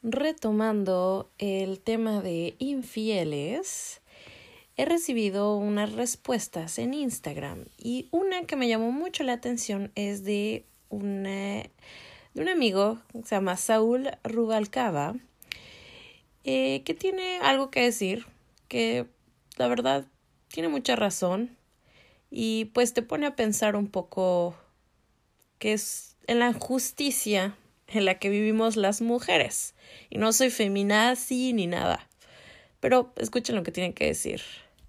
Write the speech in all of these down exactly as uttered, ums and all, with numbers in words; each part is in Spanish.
retomando el tema de infieles, he recibido unas respuestas en Instagram y una que me llamó mucho la atención es de, una, de un amigo que se llama Saúl Rubalcaba, eh, que tiene algo que decir, que la verdad tiene mucha razón y pues te pone a pensar un poco que es en la injusticia en la que vivimos las mujeres. Y no soy feminazi ni nada, pero escuchen lo que tienen que decir.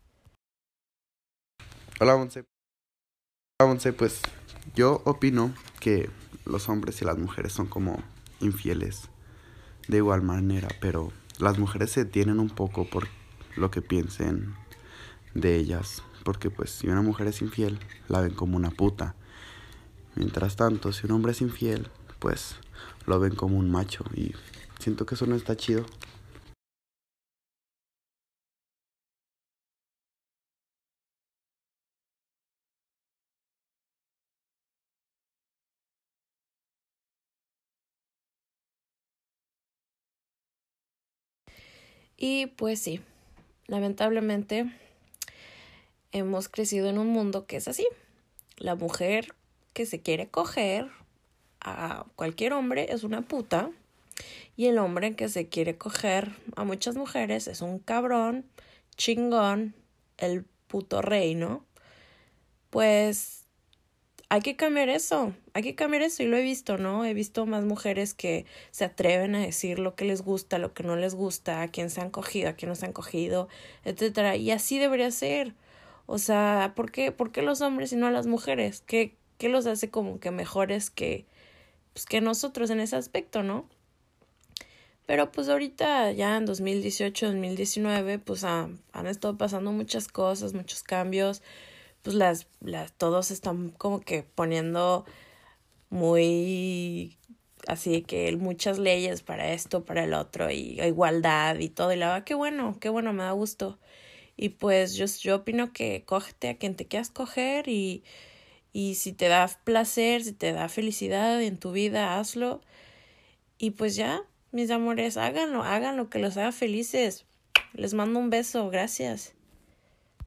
Hola, Monse. Hola, Monse. Pues yo opino que los hombres y las mujeres son como infieles de igual manera, pero las mujeres se tienen un poco por lo que piensen de ellas, porque pues si una mujer es infiel, la ven como una puta. Mientras tanto, si un hombre es infiel, pues lo ven como un macho y siento que eso no está chido. Y pues sí, lamentablemente hemos crecido en un mundo que es así. La mujer que se quiere coger a cualquier hombre es una puta y el hombre que se quiere coger a muchas mujeres es un cabrón, chingón, el puto rey, ¿no? Pues hay que cambiar eso, hay que cambiar eso y lo he visto, ¿no? He visto más mujeres que se atreven a decir lo que les gusta, lo que no les gusta, a quién se han cogido, a quién no se han cogido, etcétera. Y así debería ser. O sea, ¿por qué, por qué los hombres y no las mujeres? ¿Qué, qué los hace como que mejores que, pues, que nosotros en ese aspecto, ¿no? Pero pues ahorita ya en dos mil dieciocho, dos mil diecinueve, pues ah, han estado pasando muchas cosas, muchos cambios, pues las, las, todos están como que poniendo muy así que muchas leyes para esto, para el otro, y igualdad y todo, y la verdad, qué bueno, qué bueno, me da gusto. Y pues yo, yo opino que cógete a quien te quieras coger y, y si te da placer, si te da felicidad en tu vida, hazlo. Y pues ya, mis amores, háganlo, hagan lo que los haga felices. Les mando un beso, gracias.